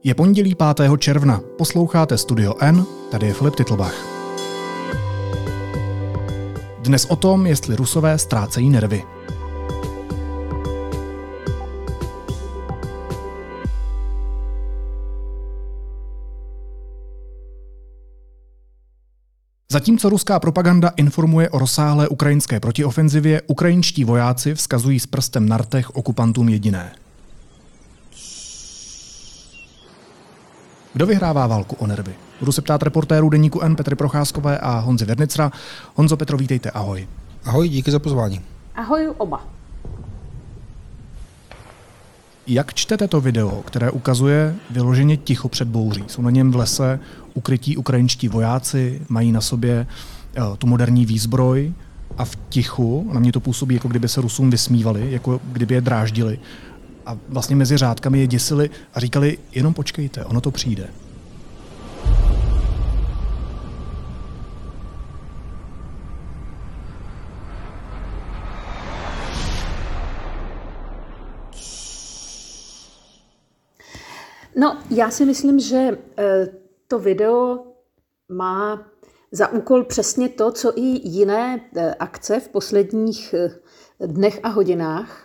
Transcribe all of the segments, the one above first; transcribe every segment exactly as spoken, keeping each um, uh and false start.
Je pondělí pátého června, posloucháte Studio N, tady je Filip Titlbach. Dnes o tom, jestli Rusové ztrácejí nervy. Zatímco ruská propaganda informuje o rozsáhlé ukrajinské protiofenzivě, ukrajinští vojáci vzkazují s prstem na rtech okupantům jediné. Kdo vyhrává válku o nervy? Budu se ptát reportérů deníku N Petry Procházkové a Honzy Věrnicra. Honzo, Petro, vítejte, ahoj. Ahoj, díky za pozvání. Ahoj oba. Jak čtete to video, které ukazuje vyloženě ticho před bouří? Jsou na něm v lese ukrytí ukrajinští vojáci, mají na sobě tu moderní výzbroj a v tichu, na mě to působí, jako kdyby se Rusům vysmívali, jako kdyby je dráždili. A vlastně mezi řádkami je děsili a říkali, jenom počkejte, ono to přijde. No, já si myslím, že to video má za úkol přesně to, co i jiné akce v posledních dnech a hodinách.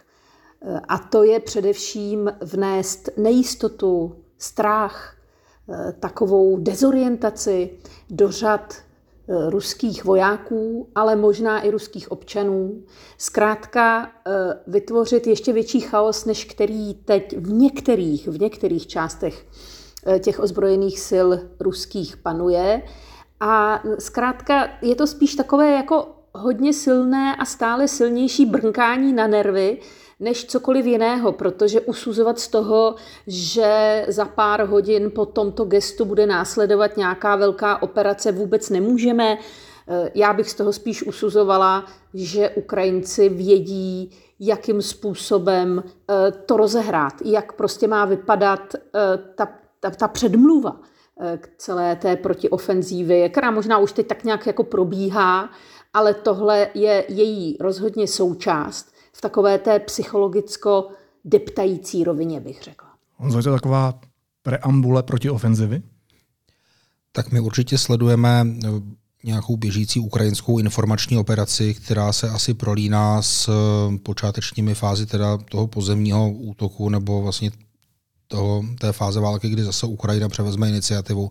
A to je především vnést nejistotu, strach, takovou dezorientaci do řad ruských vojáků, ale možná i ruských občanů. Zkrátka vytvořit ještě větší chaos, než který teď v některých, v některých částech těch ozbrojených sil ruských panuje. A zkrátka je to spíš takové jako hodně silné a stále silnější brnkání na nervy, než cokoliv jiného, protože usuzovat z toho, že za pár hodin po tomto gestu bude následovat nějaká velká operace, vůbec nemůžeme. Já bych z toho spíš usuzovala, že Ukrajinci vědí, jakým způsobem to rozehrát, jak prostě má vypadat ta, ta, ta předmluva k celé té protiofenzívy, která možná už teď tak nějak jako probíhá, ale tohle je její rozhodně součást v takové té psychologicko deptající rovině, bych řekla. Honzo, je to taková preambule protiofenzivy? Tak my určitě sledujeme nějakou běžící ukrajinskou informační operaci, která se asi prolíná s počátečními fázi teda toho pozemního útoku nebo vlastně toho, té fáze války, kdy zase Ukrajina převezme iniciativu.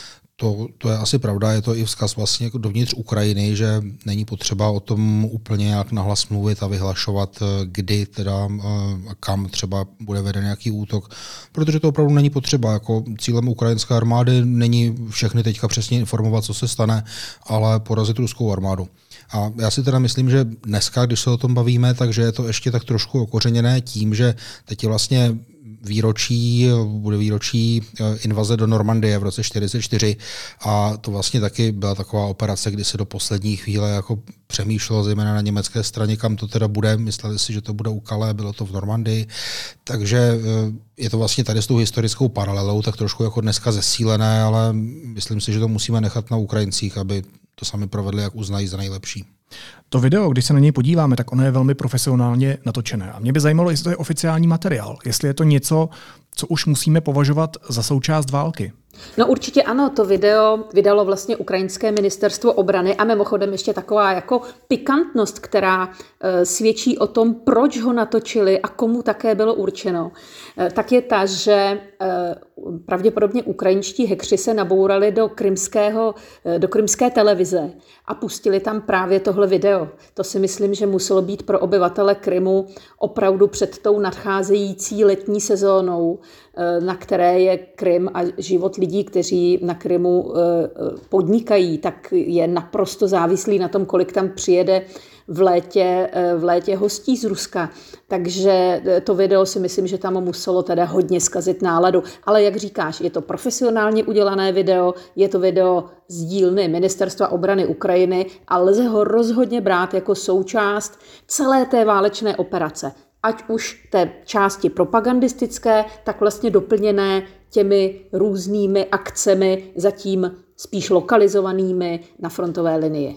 To, to je asi pravda, je to i vzkaz vlastně dovnitř Ukrajiny, že není potřeba o tom úplně nějak nahlas mluvit a vyhlašovat, kdy teda a kam třeba bude veden nějaký útok, protože to opravdu není potřeba. Jako cílem ukrajinské armády není všechny teďka přesně informovat, co se stane, ale porazit ruskou armádu. A já si teda myslím, že dneska, když se o tom bavíme, takže je to ještě tak trošku okořeněné tím, že teď je vlastně výročí, bude výročí invaze do Normandie v roce čtyřicet čtyři a to vlastně taky byla taková operace, kdy se do poslední chvíle jako přemýšlelo zejména na německé straně, kam to teda bude. Mysleli si, že to bude u Calais, bylo to v Normandii. Takže je to vlastně tady s tou historickou paralelou tak trošku jako dneska zesílené, ale myslím si, že to musíme nechat na Ukrajincích, aby to sami provedli, jak uznají za nejlepší. To video, když se na něj podíváme, tak ono je velmi profesionálně natočené. A mě by zajímalo, jestli to je oficiální materiál, jestli je to něco, co už musíme považovat za součást války. No určitě ano, to video vydalo vlastně ukrajinské ministerstvo obrany a mimochodem ještě taková jako pikantnost, která e, svědčí o tom, proč ho natočili a komu také bylo určeno, e, tak je ta, že e, pravděpodobně ukrajinští hekři se nabourali do krymského, e, do krymské televize a pustili tam právě tohle video. To si myslím, že muselo být pro obyvatele Krymu opravdu před tou nadcházející letní sezónou, e, na které je Krym a život lidí, kteří na Krymu podnikají, tak je naprosto závislý na tom, kolik tam přijede v létě, v létě hostí z Ruska. Takže to video si myslím, že tam muselo teda hodně zkazit náladu. Ale jak říkáš, je to profesionálně udělané video, je to video z dílny Ministerstva obrany Ukrajiny a lze ho rozhodně brát jako součást celé té válečné operace. Ať už té části propagandistické, tak vlastně doplněné těmi různými akcemi, zatím spíš lokalizovanými na frontové linii.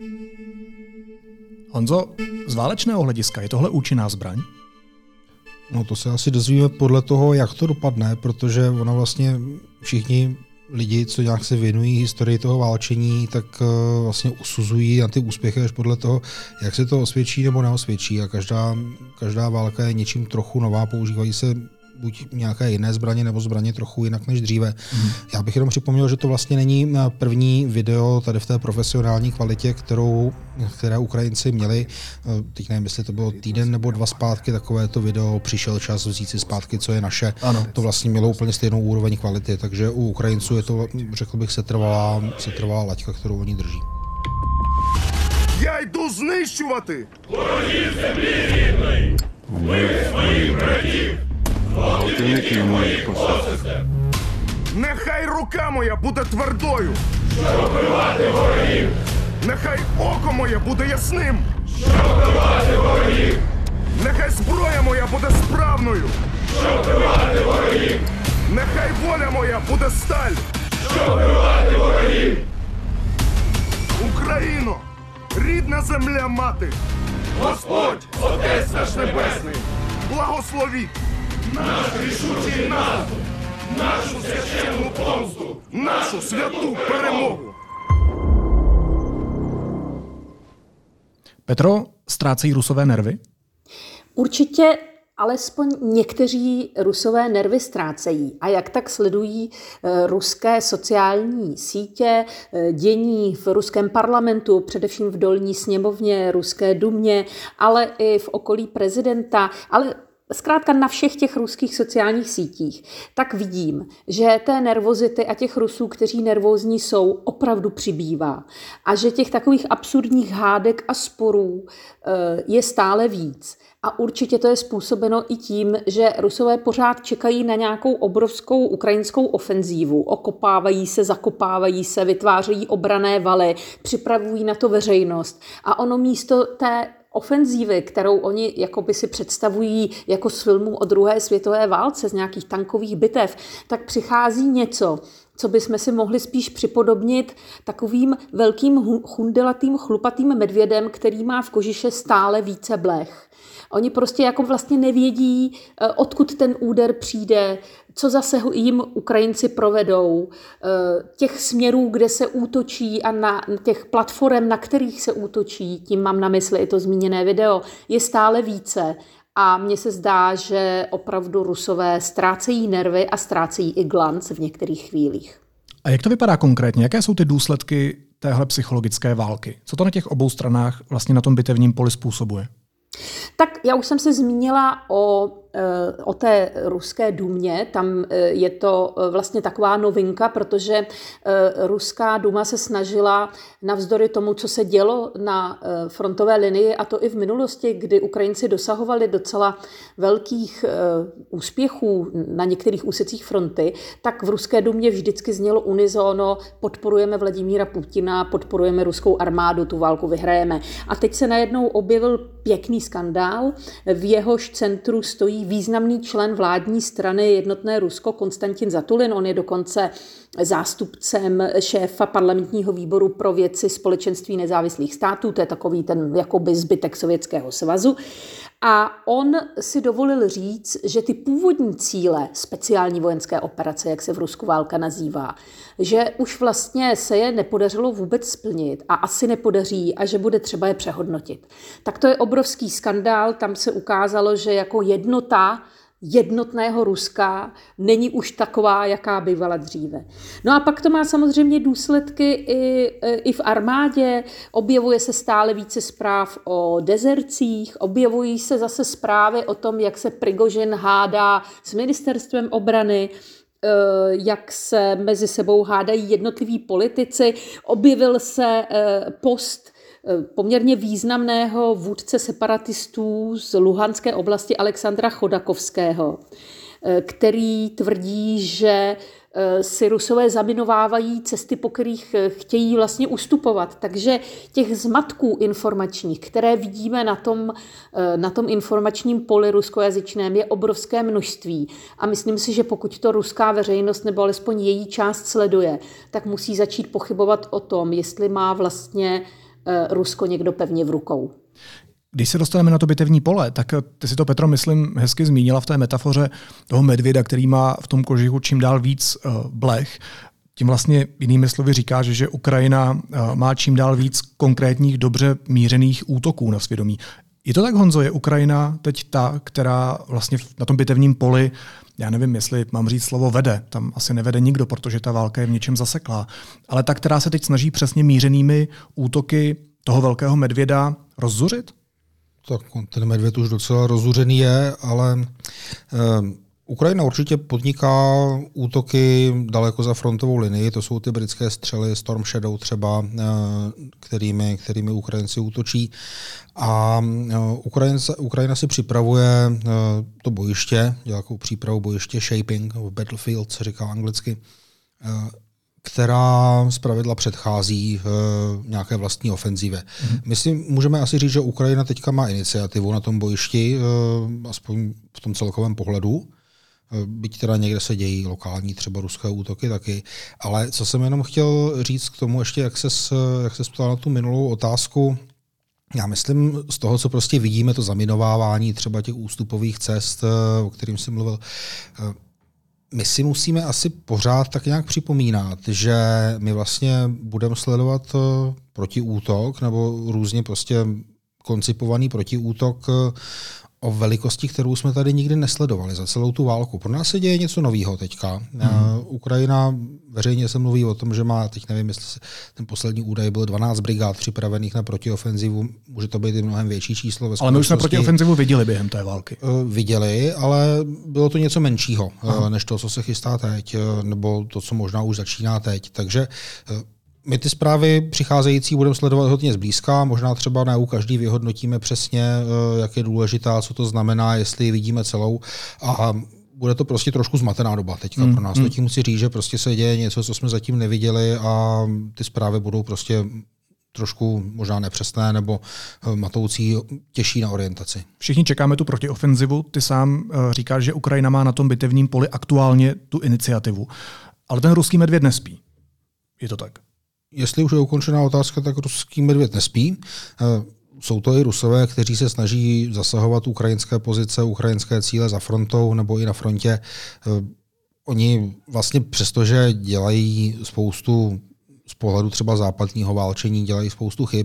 Honzo, z válečného hlediska je tohle účinná zbraň? No to se asi dozvíme podle toho, jak to dopadne, protože ona vlastně všichni lidi, co nějak se věnují historii toho válčení, tak vlastně usuzují na ty úspěchy až podle toho, jak se to osvědčí nebo neosvědčí. A každá, každá válka je něčím trochu nová, používají se buď nějaké jiné zbraně nebo zbraně trochu jinak než dříve. Hmm. Já bych jenom připomněl, že to vlastně není první video tady v té profesionální kvalitě, kterou, které Ukrajinci měli. Teď nevím, jestli to bylo týden nebo dva zpátky, takové to video Přišel čas vzít si zpátky, co je naše. Ano. To vlastně mělo úplně stejnou úroveň kvality, takže u Ukrajinců je to, řekl bych, setrvalá, setrvalá laťka, kterou oni drží. Я йду знищувати! Ворогів землі рідної! Вбити своїх братів! Гвалтівники моїх посадок! Нехай рука моя буде твердою! Щоб вбивати ворогів! Нехай око моє буде ясним! Щоб вбивати ворогів! Нехай зброя моя буде справною! Щоб вбивати ворогів! Нехай воля моя буде сталь! Щоб вбивати ворогів! Україно! Рідна земля мати! Господь, Отець наш Небесний, благословіть наш рішучий наступ, нашу священну помсту, нашу святу перемогу! Petro, ztrácejí Rusové nervy? Určitě alespoň někteří Rusové nervy ztrácejí. A jak tak sledují ruské sociální sítě, dění v ruském parlamentu, především v dolní sněmovně, ruské dumě, ale i v okolí prezidenta, ale zkrátka na všech těch ruských sociálních sítích, tak vidím, že té nervozity a těch Rusů, kteří nervózní jsou, opravdu přibývá. A že těch takových absurdních hádek a sporů je stále víc. A určitě to je způsobeno i tím, že Rusové pořád čekají na nějakou obrovskou ukrajinskou ofenzívu. Okopávají se, zakopávají se, vytvářejí obranné valy, připravují na to veřejnost. A ono místo té ofenzívy, kterou oni jakoby si představují jako z filmů o druhé světové válce, z nějakých tankových bitev, tak přichází něco, co bychom si mohli spíš připodobnit takovým velkým chundelatým chlupatým medvědem, který má v kožiše stále více blech. Oni prostě jako vlastně nevědí, odkud ten úder přijde, co zase jim Ukrajinci provedou, těch směrů, kde se útočí a na těch platform, na kterých se útočí, tím mám na mysli i to zmíněné video, je stále více. A mně se zdá, že opravdu Rusové ztrácejí nervy a ztrácejí i glanc v některých chvílích. A jak to vypadá konkrétně? Jaké jsou ty důsledky téhle psychologické války? Co to na těch obou stranách vlastně na tom bitevním poli způsobuje? Tak já už jsem se zmínila o, o té ruské dumě, tam je to vlastně taková novinka, protože ruská duma se snažila navzdory tomu, co se dělo na frontové linii, a to i v minulosti, kdy Ukrajinci dosahovali docela velkých úspěchů na některých úsecích fronty, tak v ruské dumě vždycky znělo unisono: podporujeme Vladimíra Putina, podporujeme ruskou armádu, tu válku vyhrajeme. A teď se najednou objevil pěkný skandál, v jehož centru stojí významný člen vládní strany Jednotné Rusko Konstantin Zatulin. On je dokonce zástupcem šéfa parlamentního výboru pro věci Společenství nezávislých států, to je takový ten jakoby zbytek Sovětského svazu. A on si dovolil říct, že ty původní cíle speciální vojenské operace, jak se v Rusku válka nazývá, že už vlastně se je nepodařilo vůbec splnit a asi nepodaří a že bude třeba je přehodnotit. Tak to je obrovský skandál, tam se ukázalo, že jako jednota jednotného Ruska není už taková, jaká bývala dříve. No a pak to má samozřejmě důsledky i, i v armádě. Objevuje se stále více zpráv o dezercích, objevují se zase zprávy o tom, jak se Prigožin hádá s ministerstvem obrany, jak se mezi sebou hádají jednotliví politici. Objevil se post poměrně významného vůdce separatistů z Luhanské oblasti Alexandra Chodakovského, který tvrdí, že si Rusové zaminovávají cesty, po kterých chtějí vlastně ustupovat. Takže těch zmatků informačních, které vidíme na tom, na tom informačním poli ruskojazyčném, je obrovské množství. A myslím si, že pokud to ruská veřejnost nebo alespoň její část sleduje, tak musí začít pochybovat o tom, jestli má vlastně Rusko někdo pevně v rukou. Když se dostaneme na to bitevní pole, tak ty si to, Petro, myslím, hezky zmínila v té metafoře toho medvěda, který má v tom kožichu čím dál víc uh, blech. Tím vlastně jinými slovy říká, že, že Ukrajina uh, má čím dál víc konkrétních, dobře mířených útoků na svědomí. Je to tak, Honzo, je Ukrajina teď ta, která vlastně na tom bitevním poli, já nevím, jestli mám říct slovo vede, tam asi nevede nikdo, protože ta válka je v něčem zaseklá, ale ta, která se teď snaží přesně mířenými útoky toho velkého medvěda rozzuřit? Tak ten medvěd už docela rozzuřený je, ale eh, Ukrajina určitě podniká útoky daleko za frontovou linii, to jsou ty britské střely Storm Shadow třeba, eh, kterými, kterými Ukrajinci útočí. A eh, Ukrajina, Ukrajina si připravuje eh, to bojiště, nějakou přípravu bojiště, shaping of battlefield, se říká anglicky, eh, která zpravidla předchází uh, nějaké vlastní ofenzivě. Mm-hmm. My si můžeme asi říct, že Ukrajina teďka má iniciativu na tom bojišti, uh, aspoň v tom celkovém pohledu, uh, byť teda někde se dějí lokální třeba ruské útoky taky, ale co jsem jenom chtěl říct k tomu ještě, jak ses, jak ses ptal na tu minulou otázku, já myslím z toho, co prostě vidíme, to zaminovávání třeba těch ústupových cest, uh, o kterým jsem mluvil, uh, my si musíme asi pořád tak nějak připomínat, že my vlastně budeme sledovat protiútok nebo různě prostě koncipovaný protiútok o velikosti, kterou jsme tady nikdy nesledovali za celou tu válku. Pro nás se děje něco nového teďka. Mm. Ukrajina, veřejně se mluví o tom, že má, teď nevím, jestli ten poslední údaj byl dvanáct brigád připravených na protiofenzivu, může to být i mnohem větší číslo. Ale my už jsme protiofenzivu viděli během té války. Viděli, ale bylo to něco menšího, Aha. než to, co se chystá teď, nebo to, co možná už začíná teď. Takže my ty zprávy přicházející budeme sledovat hodně zblízka, možná třeba ne u každý vyhodnotíme přesně, jak je důležitá, co to znamená, jestli ji vidíme celou a bude to prostě trošku zmatená doba teďka mm, pro nás. Mm. To tím musí říct, že prostě se děje něco, co jsme zatím neviděli a ty zprávy budou prostě trošku možná nepřesné nebo matoucí, těžší na orientaci. Všichni čekáme tu protiofenzivu. Ty sám říkáš, že Ukrajina má na tom bitevním poli aktuálně tu iniciativu. Ale ten ruský medvěd nespí. Je to tak? Jestli už je ukončená otázka, tak ruský medvěd nespí. Jsou to i Rusové, kteří se snaží zasahovat ukrajinské pozice, ukrajinské cíle za frontou nebo i na frontě. Oni vlastně přestože dělají spoustu z pohledu třeba západního válčení, dělají spoustu chyb,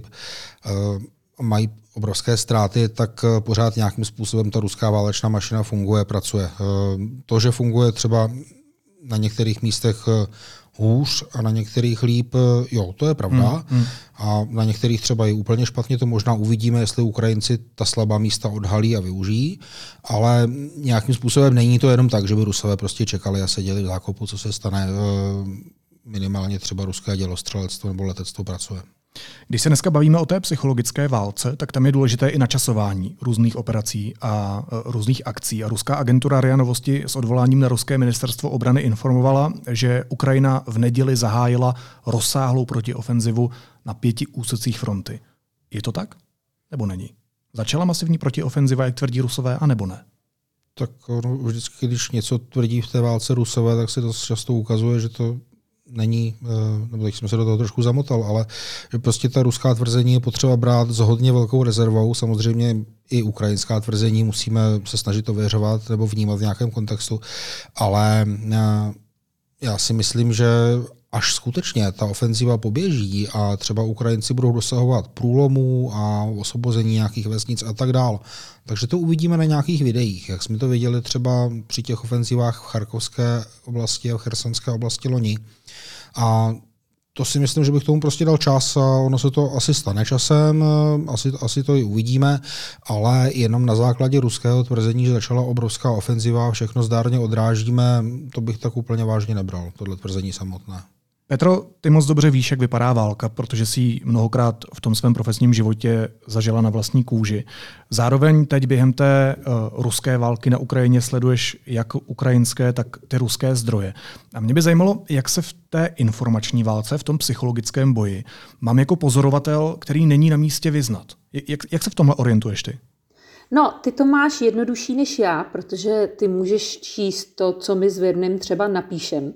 mají obrovské ztráty, tak pořád nějakým způsobem ta ruská válečná mašina funguje, pracuje. To, že funguje třeba na některých místech hůř a na některých líp, jo, to je pravda. Hmm, hmm. A na některých třeba je úplně špatně, to možná uvidíme, jestli Ukrajinci ta slabá místa odhalí a využijí, ale nějakým způsobem není to jenom tak, že by Rusové prostě čekali a seděli v zákopu, co se stane. Minimálně třeba ruské dělostřelectvo nebo letectvo pracuje. Když se dneska bavíme o té psychologické válce, tak tam je důležité i načasování různých operací a různých akcí. A ruská agentura R I A Novosti s odvoláním na ruské ministerstvo obrany informovala, že Ukrajina v neděli zahájila rozsáhlou protiofenzivu na pěti úsecích fronty. Je to tak? Nebo není? Začala masivní protiofenziva, jak tvrdí Rusové, anebo ne? Tak no, vždycky, když něco tvrdí v té válce Rusové, tak se to často ukazuje, že to není, nebo teď jsem se do toho trošku zamotal, ale že prostě ta ruská tvrzení je potřeba brát s hodně velkou rezervou. Samozřejmě i ukrajinská tvrzení musíme se snažit ověřovat nebo vnímat v nějakém kontextu, ale já si myslím, že až skutečně ta ofenziva poběží a třeba Ukrajinci budou dosahovat průlomů a osvobození nějakých vesnic a tak dál. Takže to uvidíme na nějakých videích, jak jsme to viděli třeba při těch ofenzivách v Charkovské oblasti a v Chersonské oblasti loni. A to si myslím, že bych tomu prostě dal čas a ono se to asi stane časem, asi, asi to i uvidíme, ale jenom na základě ruského tvrzení, že začala obrovská ofenziva, všechno zdárně odrážíme, to bych tak úplně vážně nebral, tohle tvrzení samotné. Petro, ty moc dobře víš, jak vypadá válka, protože jsi ji mnohokrát v tom svém profesním životě zažila na vlastní kůži. Zároveň teď během té uh, ruské války na Ukrajině sleduješ jak ukrajinské, tak ty ruské zdroje. A mě by zajímalo, jak se v té informační válce, v tom psychologickém boji, mám jako pozorovatel, který není na místě, vyznat. Jak, jak se v tomhle orientuješ ty? No, ty to máš jednodušší než já, protože ty můžeš číst to, co my s Vernem třeba napíšem.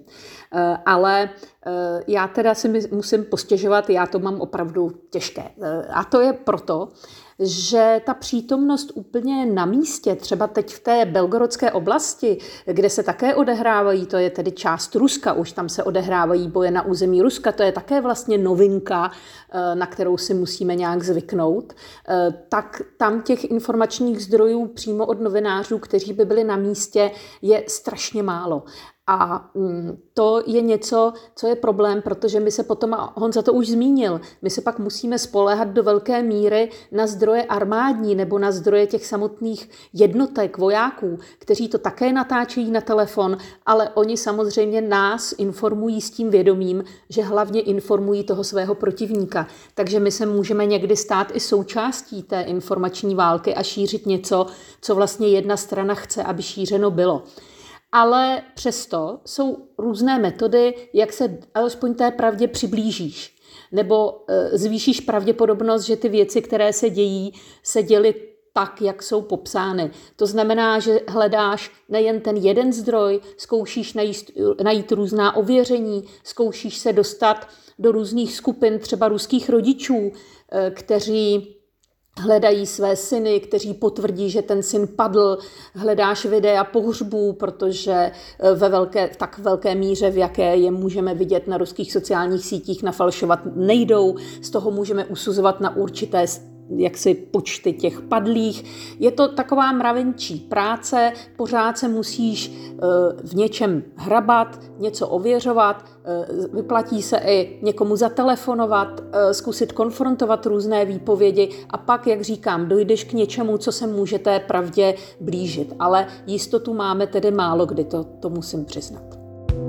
Ale já teda si musím postěžovat, já to mám opravdu těžké. A to je proto, že ta přítomnost úplně na místě, třeba teď v té Belgorodské oblasti, kde se také odehrávají, to je tedy část Ruska, už tam se odehrávají boje na území Ruska, to je také vlastně novinka, na kterou si musíme nějak zvyknout, tak tam těch informačních zdrojů přímo od novinářů, kteří by byli na místě, je strašně málo. A to je něco, co je problém, protože my se potom, a Honza to už zmínil, my se pak musíme spoléhat do velké míry na zdroje armádní nebo na zdroje těch samotných jednotek vojáků, kteří to také natáčejí na telefon, ale oni samozřejmě nás informují s tím vědomím, že hlavně informují toho svého protivníka. Takže my se můžeme někdy stát i součástí té informační války a šířit něco, co vlastně jedna strana chce, aby šířeno bylo. Ale přesto jsou různé metody, jak se alespoň té pravdě přiblížíš. Nebo e, zvýšíš pravděpodobnost, že ty věci, které se dějí, se děly tak, jak jsou popsány. To znamená, že hledáš nejen ten jeden zdroj, zkoušíš najít, najít různá ověření, zkoušíš se dostat do různých skupin, třeba ruských rodičů, e, kteří hledají své syny, kteří potvrdí, že ten syn padl, hledáš videa pohřbů, protože ve velké, v tak velké míře, v jaké je můžeme vidět na ruských sociálních sítích, nafalšovat nejdou, z toho můžeme usuzovat na určité jaksi počty těch padlých. Je to taková mravenčí práce, pořád se musíš v něčem hrabat, něco ověřovat, vyplatí se i někomu zatelefonovat, zkusit konfrontovat různé výpovědi a pak, jak říkám, dojdeš k něčemu, co se může té pravdě blížit. Ale jistotu máme tedy málo kdy, to, to musím přiznat.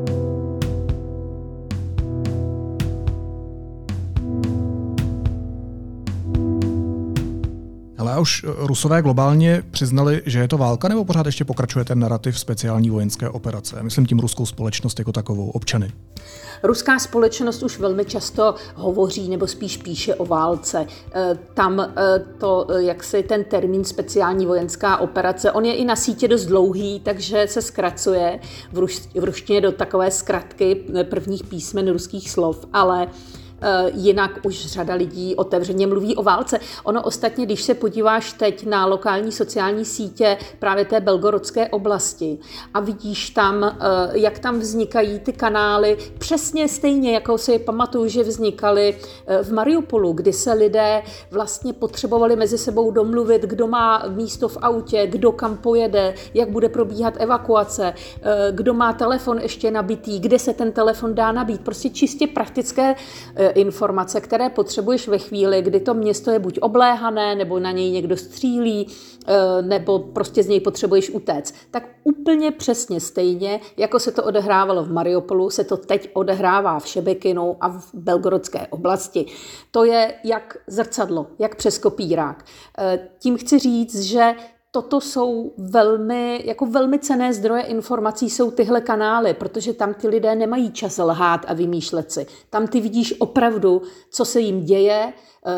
Ale už Rusové globálně přiznali, že je to válka, nebo pořád ještě pokračuje ten narrativ speciální vojenské operace? Myslím tím ruskou společnost jako takovou, občany. Ruská společnost už velmi často hovoří nebo spíš píše o válce. Tam to, jak se ten termín speciální vojenská operace, on je i na sítě dost dlouhý, takže se zkracuje v, ruš, v ruštině do takové zkratky prvních písmen ruských slov, ale jinak už řada lidí otevřeně mluví o válce. Ono ostatně, když se podíváš teď na lokální sociální sítě právě té belgorodské oblasti a vidíš tam, jak tam vznikají ty kanály, přesně stejně, jako si pamatuju, že vznikaly v Mariupolu, kdy se lidé vlastně potřebovali mezi sebou domluvit, kdo má místo v autě, kdo kam pojede, jak bude probíhat evakuace, kdo má telefon ještě nabitý, kde se ten telefon dá nabít. Prostě čistě praktické informace, které potřebuješ ve chvíli, kdy to město je buď obléhané, nebo na něj někdo střílí, nebo prostě z něj potřebuješ utéct. Tak úplně přesně stejně, jako se to odehrávalo v Mariupolu, se to teď odehrává v Šebekinu a v Belgorodské oblasti. To je jak zrcadlo, jak přes kopírák. Tím chci říct, že toto jsou velmi, jako velmi cenné zdroje informací, jsou tyhle kanály, protože tam ty lidé nemají čas lhát a vymýšlet si. Tam ty vidíš opravdu, co se jim děje,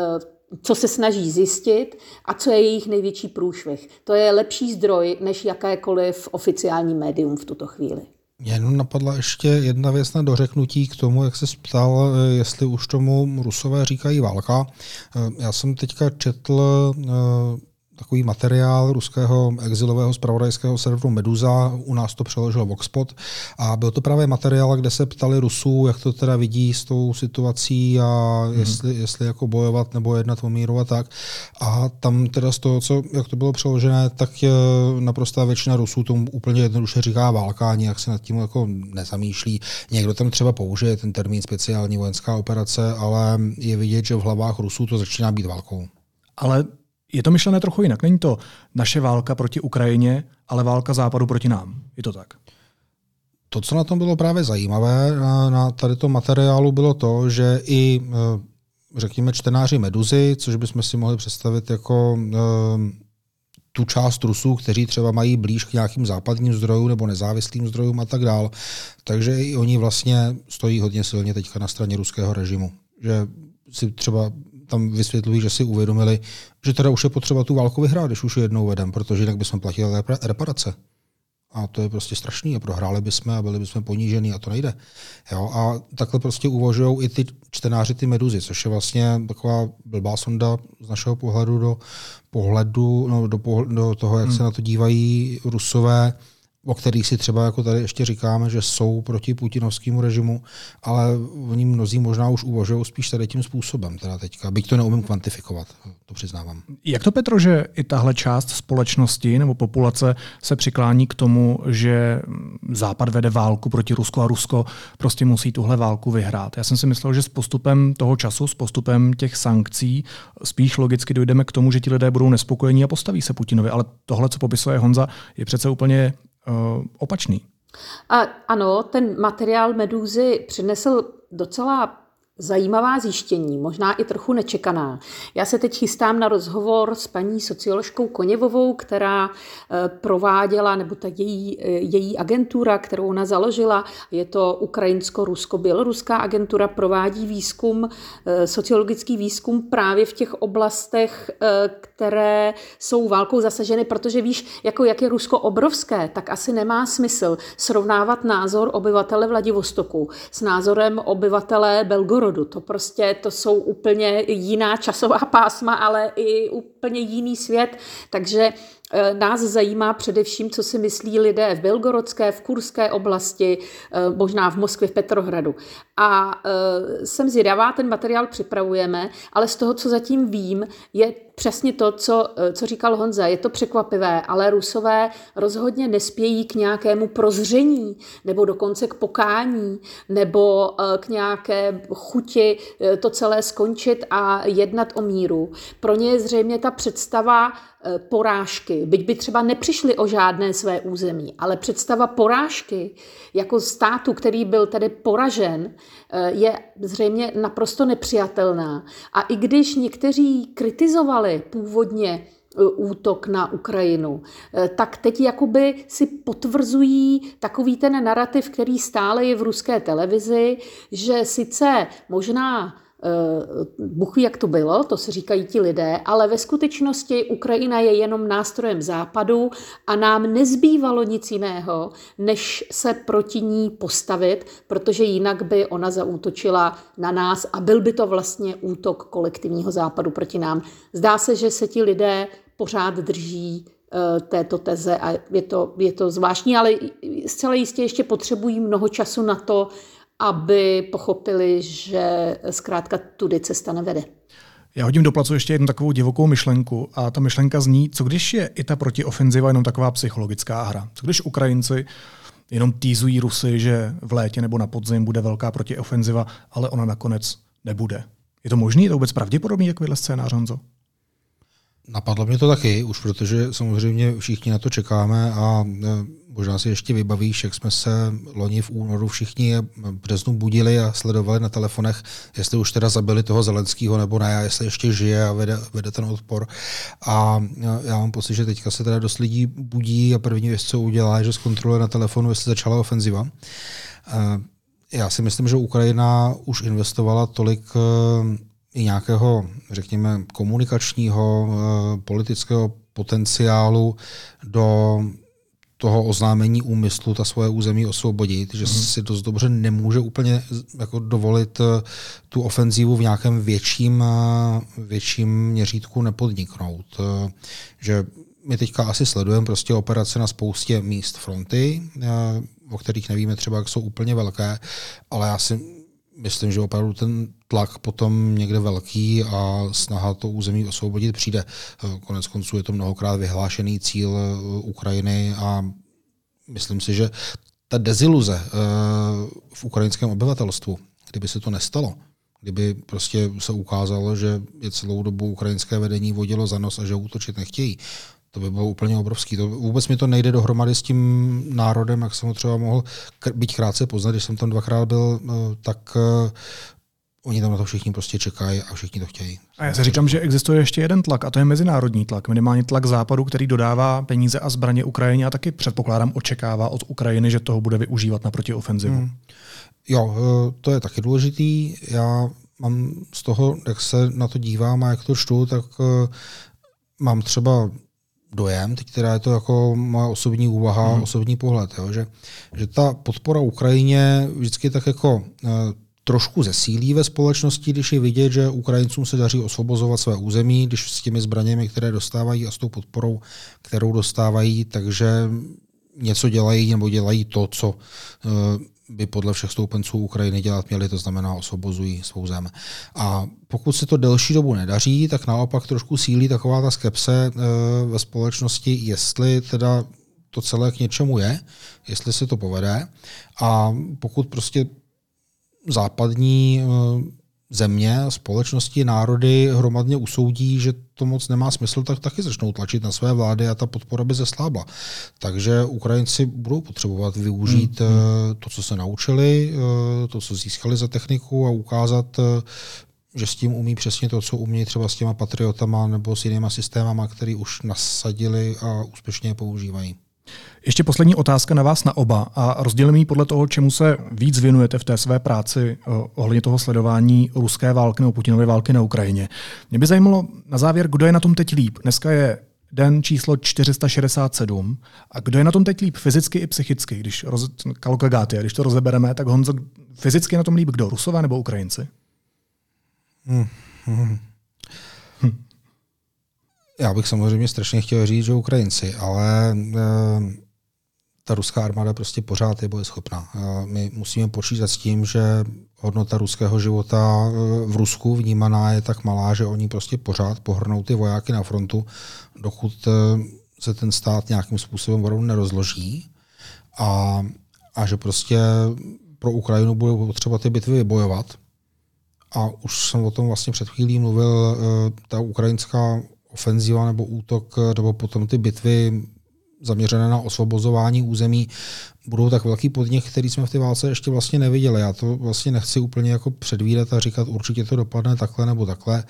co se snaží zjistit a co je jejich největší průšvih. To je lepší zdroj, než jakékoliv oficiální médium v tuto chvíli. Mě jenom napadla ještě jedna věc na dořeknutí k tomu, jak se ptal, jestli už tomu Rusové říkají válka. Já jsem teďka četl takový materiál ruského exilového zpravodajského serveru Meduza, u nás to přeložil Voxpot, a byl to právě materiál, kde se ptali Rusů, jak to teda vidí s tou situací a hmm. jestli, jestli jako bojovat nebo jednat o míru a tak. A tam teda z toho, co, jak to bylo přeložené, tak je naprostá většina Rusů tomu úplně jednoduše říká válka a nějak se nad tím jako nezamýšlí. Někdo tam třeba použije ten termín speciální vojenská operace, ale je vidět, že v hlavách Rusů to začíná být válkou. Ale je to myšlené trochu jinak. Není to naše válka proti Ukrajině, ale válka Západu proti nám. Je to tak? To, co na tom bylo právě zajímavé na, na tady tom materiálu, bylo to, že i, řekněme, čtenáři Meduzy, což bychom si mohli představit jako tu část Rusů, kteří třeba mají blíž k nějakým západním zdrojům nebo nezávislým zdrojům a tak dál. Takže i oni vlastně stojí hodně silně teďka na straně ruského režimu. Že si třeba tam vysvětlují, že si uvědomili, že teda už je potřeba tu válku vyhrát, když už jednou vedem, protože jinak bychom platili reparace. A to je prostě strašný. A prohráli bychom a byli bychom ponížení a to nejde. Jo? A takhle prostě uvažují i ty čtenáři ty Meduzy, což je vlastně taková blbá sonda z našeho pohledu do pohledu, no, do, pohled, do toho, jak hmm. se na to dívají Rusové, o kterých si třeba jako tady ještě říkáme, že jsou proti putinovskému režimu, ale oni mnozí možná už uvažují spíš tady tím způsobem, teda teďka, byť to neumím kvantifikovat, to přiznávám. Jak to, Petro, že i tahle část společnosti nebo populace se přiklání k tomu, že Západ vede válku proti Rusku a Rusko prostě musí tuhle válku vyhrát? Já jsem si myslel, že s postupem toho času, s postupem těch sankcí spíš logicky dojdeme k tomu, že ti lidé budou nespokojení a postaví se Putinovi, ale tohle, co popisuje Honza, je přece úplně Uh, opačný. A ano, ten materiál Medúzy přinesl docela zajímavá zjištění, možná i trochu nečekaná. Já se teď chystám na rozhovor s paní socioložkou Koněvovou, která prováděla, nebo ta její, její agentura, kterou ona založila, je to ukrajinsko-rusko-běloruská agentura, provádí výzkum, sociologický výzkum právě v těch oblastech, které jsou válkou zasaženy, protože víš, jako jak je Rusko obrovské, tak asi nemá smysl srovnávat názor obyvatele Vladivostoku s názorem obyvatele Belgorodu. To prostě, to jsou úplně jiná časová pásma, ale i úplně jiný svět, takže nás zajímá především, co si myslí lidé v Belgorodské, v Kurské oblasti, možná v Moskvě, v Petrohradu. A jsem zvědavá, ten materiál připravujeme, ale z toho, co zatím vím, je přesně to, co, co říkal Honza. Je to překvapivé, ale Rusové rozhodně nespějí k nějakému prozření, nebo dokonce k pokání, nebo k nějaké chuti to celé skončit a jednat o míru. Pro ně je zřejmě ta představa porážky, byť by třeba nepřišli o žádné své území, ale představa porážky jako státu, který byl tedy poražen, je zřejmě naprosto nepřijatelná. A i když někteří kritizovali původně útok na Ukrajinu, tak teď jakoby si potvrzují takový ten narrativ, který stále je v ruské televizi, že sice možná Bůh ví, jak to bylo, to si říkají ti lidé, ale ve skutečnosti Ukrajina je jenom nástrojem Západu a nám nezbývalo nic jiného, než se proti ní postavit, protože jinak by ona zaútočila na nás a byl by to vlastně útok kolektivního Západu proti nám. Zdá se, že se ti lidé pořád drží této teze a je to, je to zvláštní, ale zcela jistě ještě potřebují mnoho času na to, aby pochopili, že zkrátka tudy cesta nevede. Já hodím do placu ještě jednu takovou divokou myšlenku a ta myšlenka zní, co když je i ta protiofenziva jenom taková psychologická hra? Co když Ukrajinci jenom týzují Rusy, že v létě nebo na podzim bude velká protiofenziva, ale ona nakonec nebude? Je to možný? Je to vůbec pravděpodobný takovýhle scénář, Honzo? Napadlo mě to taky, už protože samozřejmě všichni na to čekáme a možná si ještě vybavíš, jak jsme se loni v únoru všichni v březnu budili a sledovali na telefonech, jestli už teda zabili toho Zelenského nebo ne, a jestli ještě žije a vede, vede ten odpor. A já mám pocit, že teďka se teda dost lidí budí a první věc, co udělá, je, že zkontroluje na telefonu, jestli začala ofenziva. Já si myslím, že Ukrajina už investovala tolik i nějakého, řekněme, komunikačního, politického potenciálu do toho oznámení úmyslu ta svoje území osvobodit, že si dost dobře nemůže úplně jako dovolit tu ofenzívu v nějakém větším, větším měřítku nepodniknout. Že my teďka asi sledujeme prostě operace na spoustě míst fronty, o kterých nevíme třeba, jak jsou úplně velké, ale já si myslím, že opravdu ten tlak potom někde velký a snaha to území osvobodit přijde. Konec konců je to mnohokrát vyhlášený cíl Ukrajiny a myslím si, že ta deziluze v ukrajinském obyvatelstvu, kdyby se to nestalo, kdyby prostě se ukázalo, že je celou dobu ukrajinské vedení vodilo za nos a že útočit nechtějí, to by bylo úplně obrovský. To, vůbec mi to nejde dohromady s tím národem, jak jsem ho třeba mohl být krátce poznat, když jsem tam dvakrát byl, tak uh, oni tam na to všichni prostě čekají a všichni to chtějí. A já si říkám, že existuje ještě jeden tlak, a to je mezinárodní tlak. Minimálně tlak Západu, který dodává peníze a zbraně Ukrajině a taky předpokládám očekává od Ukrajiny, že toho bude využívat na protiofenzivu. Hmm. Jo, to je taky důležitý. Já mám z toho, jak se na to dívám a jak to čtu, tak uh, mám třeba dojem, teď teda je to jako moje osobní úvaha, hmm. osobní pohled, jo, že, že ta podpora Ukrajině vždycky tak jako uh, trošku zesílí ve společnosti, když je vidět, že Ukrajincům se daří osvobozovat své území, když s těmi zbraněmi, které dostávají a s tou podporou, kterou dostávají, takže něco dělají nebo dělají to, co uh, by podle všech stoupenců Ukrajiny dělat měli, to znamená osvobozují svou zem. A pokud se to delší dobu nedaří, tak naopak trošku sílí taková ta skepse uh, ve společnosti, jestli teda to celé k něčemu je, jestli se to povede. A pokud prostě západní země, společnosti, národy hromadně usoudí, že to moc nemá smysl, tak taky začnou tlačit na své vlády a ta podpora by zeslábla. Takže Ukrajinci budou potřebovat využít hmm. to, co se naučili, to, co získali za techniku a ukázat, že s tím umí přesně to, co umí třeba s těma patriotama nebo s jinýma systémama, který už nasadili a úspěšně je používají. Ještě poslední otázka na vás na oba a rozdělím ji podle toho, čemu se víc věnujete v té své práci ohledně toho sledování ruské války nebo Putinovy války na Ukrajině. Mě by zajímalo na závěr, kdo je na tom teď líp. Dneska je den číslo čtyři sta šedesát sedm a kdo je na tom teď líp fyzicky i psychicky, když, roz, kalkagaty, když to rozebereme, tak Honzo, fyzicky je na tom líp kdo, Rusové nebo Ukrajinci? Hmm. Hmm. Hm. Já bych samozřejmě strašně chtěl říct, že Ukrajinci, ale e, ta ruská armáda prostě pořád je bojeschopná. E, my musíme počítat s tím, že hodnota ruského života v Rusku vnímaná je tak malá, že oni prostě pořád pohrnou ty vojáky na frontu, dokud e, se ten stát nějakým způsobem opravdu nerozloží a, a že prostě pro Ukrajinu budou potřeba ty bitvy vybojovat. A už jsem o tom vlastně před chvílí mluvil, e, ta ukrajinská ofenziva nebo útok, nebo potom ty bitvy zaměřené na osvobozování území budou tak velký podnik, který jsme v té válce ještě vlastně neviděli. Já to vlastně nechci úplně jako předvídat a říkat, určitě to dopadne takhle nebo takhle.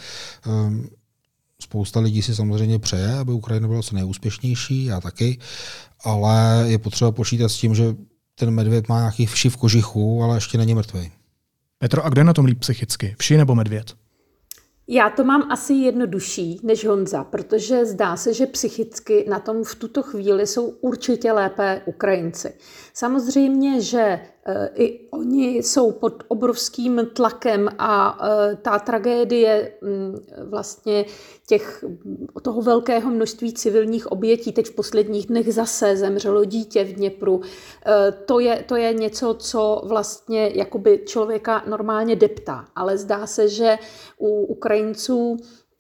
Spousta lidí si samozřejmě přeje, aby Ukrajina byla co nejúspěšnější, já taky, ale je potřeba počítat s tím, že ten medvěd má nějaký vši v kožichu, ale ještě není mrtvý. Petro, a kdo je na tom líp psychicky? Vši nebo medvěd? Já to mám asi jednodušší než Honza, protože zdá se, že psychicky na tom v tuto chvíli jsou určitě lépe Ukrajinci. Samozřejmě, že i oni jsou pod obrovským tlakem a ta tragédie vlastně těch, toho velkého množství civilních obětí, teď v posledních dnech zase zemřelo dítě v Dněpru, to je, to je něco, co vlastně jakoby člověka normálně deptá, ale zdá se, že u Ukrajinců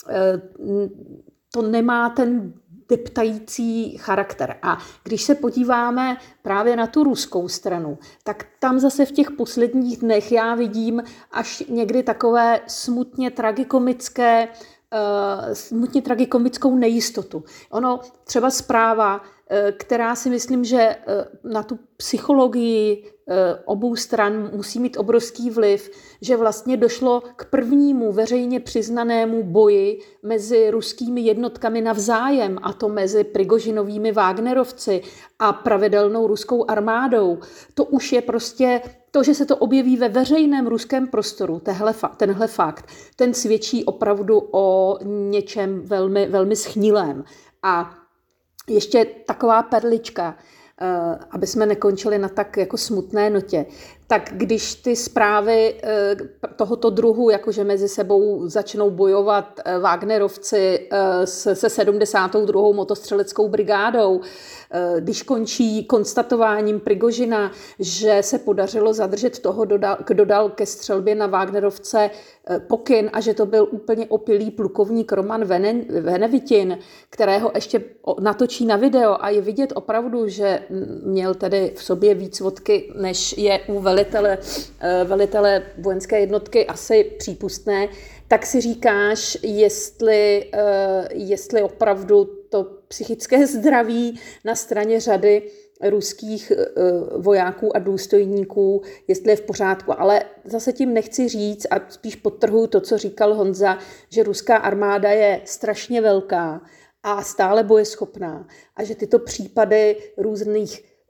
to nemá ten deptající charakter. A když se podíváme právě na tu ruskou stranu, tak tam zase v těch posledních dnech já vidím až někdy takové smutně tragikomické, uh, smutně tragikomickou nejistotu. Ono třeba zpráva, která si myslím, že na tu psychologii obou stran musí mít obrovský vliv, že vlastně došlo k prvnímu veřejně přiznanému boji mezi ruskými jednotkami navzájem, a to mezi Prigožinovými Wagnerovci a pravidelnou ruskou armádou. To už je prostě to, že se to objeví ve veřejném ruském prostoru, tehle, tenhle fakt, ten svědčí opravdu o něčem velmi, velmi schnilém. A ještě taková perlička, aby jsme nekončili na tak jako smutné notě. Tak když ty zprávy tohoto druhu, jakože mezi sebou začnou bojovat Wagnerovci se sedmdesátou druhou motostřeleckou brigádou, když končí konstatováním Prigožina, že se podařilo zadržet toho, kdo dal ke střelbě na Wagnerovce pokyn a že to byl úplně opilý plukovník Roman Venevitin, kterého ještě natočí na video a je vidět opravdu, že měl tedy v sobě víc vodky, než je u velitele, velitele vojenské jednotky asi přípustné, tak si říkáš, jestli, jestli opravdu to psychické zdraví na straně řady ruských vojáků a důstojníků, jestli je v pořádku. Ale zase tím nechci říct a spíš podtrhuji to, co říkal Honza, že ruská armáda je strašně velká a stále bojeschopná a že tyto případy různých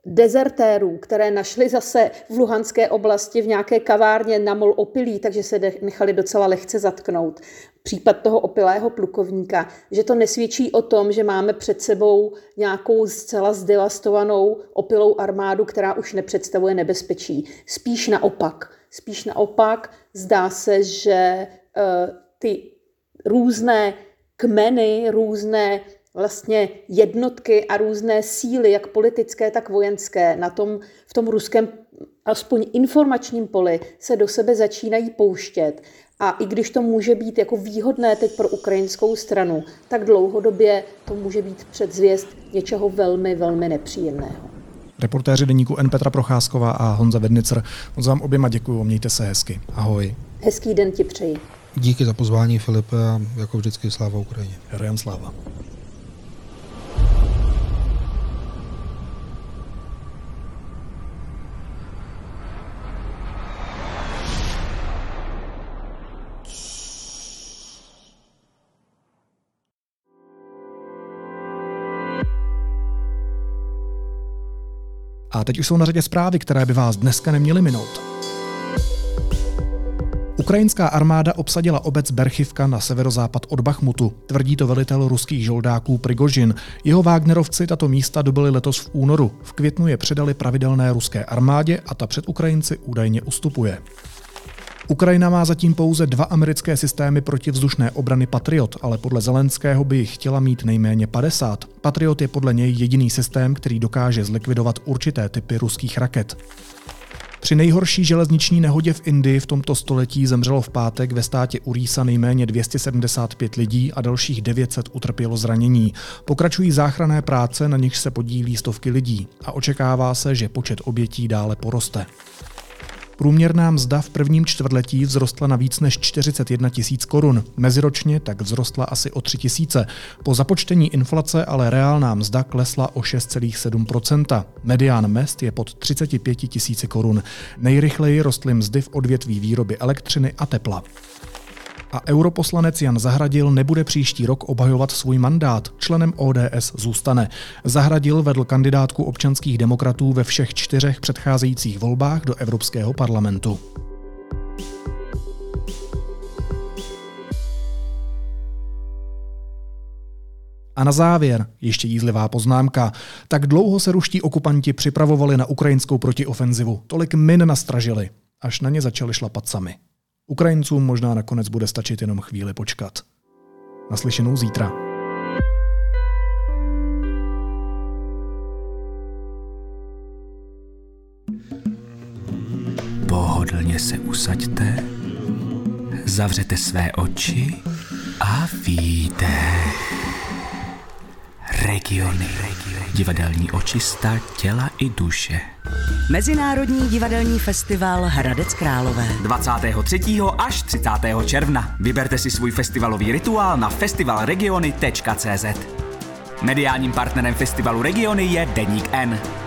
dezertérů, které našli zase v Luhanské oblasti v nějaké kavárně na mol opilí, takže se nechali docela lehce zatknout. Případ toho opilého plukovníka, že to nesvědčí o tom, že máme před sebou nějakou zcela zdevastovanou opilou armádu, která už nepředstavuje nebezpečí. Spíš naopak. Spíš naopak zdá se, že uh, ty různé kmeny, různé vlastně jednotky a různé síly, jak politické, tak vojenské, na tom, v tom ruském aspoň informačním poli se do sebe začínají pouštět. A i když to může být jako výhodné teď pro ukrajinskou stranu, tak dlouhodobě to může být předzvěst něčeho velmi, velmi nepříjemného. Reportéři deníku N Petra Procházková a Honza Vednicer, moc vám oběma děkuju, mějte se hezky. Ahoj. Hezký den ti přeji. Díky za pozvání, Filipe, a jako vždycky sláva Ukrajině. Herojem sláva. A teď už jsou na řadě zprávy, které by vás dneska neměly minout. Ukrajinská armáda obsadila obec Berchivka na severozápad od Bachmutu, tvrdí to velitel ruských žoldáků Prigožin. Jeho Wagnerovci tato místa dobyli letos v únoru. V květnu je předali pravidelné ruské armádě a ta před Ukrajinci údajně ustupuje. Ukrajina má zatím pouze dva americké systémy protivzdušné obrany Patriot, ale podle Zelenského by jich chtěla mít nejméně padesát. Patriot je podle něj jediný systém, který dokáže zlikvidovat určité typy ruských raket. Při nejhorší železniční nehodě v Indii v tomto století zemřelo v pátek ve státě Urísa nejméně dvě stě sedmdesát pět lidí a dalších devět set utrpělo zranění. Pokračují záchranné práce, na nichž se podílí stovky lidí a očekává se, že počet obětí dále poroste. Průměrná mzda v prvním čtvrtletí vzrostla na víc než čtyřicet jedna tisíc korun. Meziročně tak vzrostla asi o tři tisíce. Po započtení inflace ale reálná mzda klesla o šest celá sedm procenta. Medián mezd je pod třicet pět tisíci korun. Nejrychleji rostly mzdy v odvětví výroby elektřiny a tepla. A europoslanec Jan Zahradil nebude příští rok obhajovat svůj mandát. Členem O D S zůstane. Zahradil vedl kandidátku občanských demokratů ve všech čtyřech předcházejících volbách do Evropského parlamentu. A na závěr ještě jízlivá poznámka. Tak dlouho se ruští okupanti připravovali na ukrajinskou protiofenzivu. Tolik min nastražili, až na ně začali šlapat sami. Ukrajincům možná nakonec bude stačit jenom chvíli počkat. Naslyšenou zítra. Pohodlně se usaďte, zavřete své oči a výdech. Regiony. Divadelní očista těla i duše. Mezinárodní divadelní festival Hradec Králové. dvacátého třetího až třicátého června. Vyberte si svůj festivalový rituál na festivalregiony tečka cé zet. Mediálním partnerem festivalu Regiony je Deník N.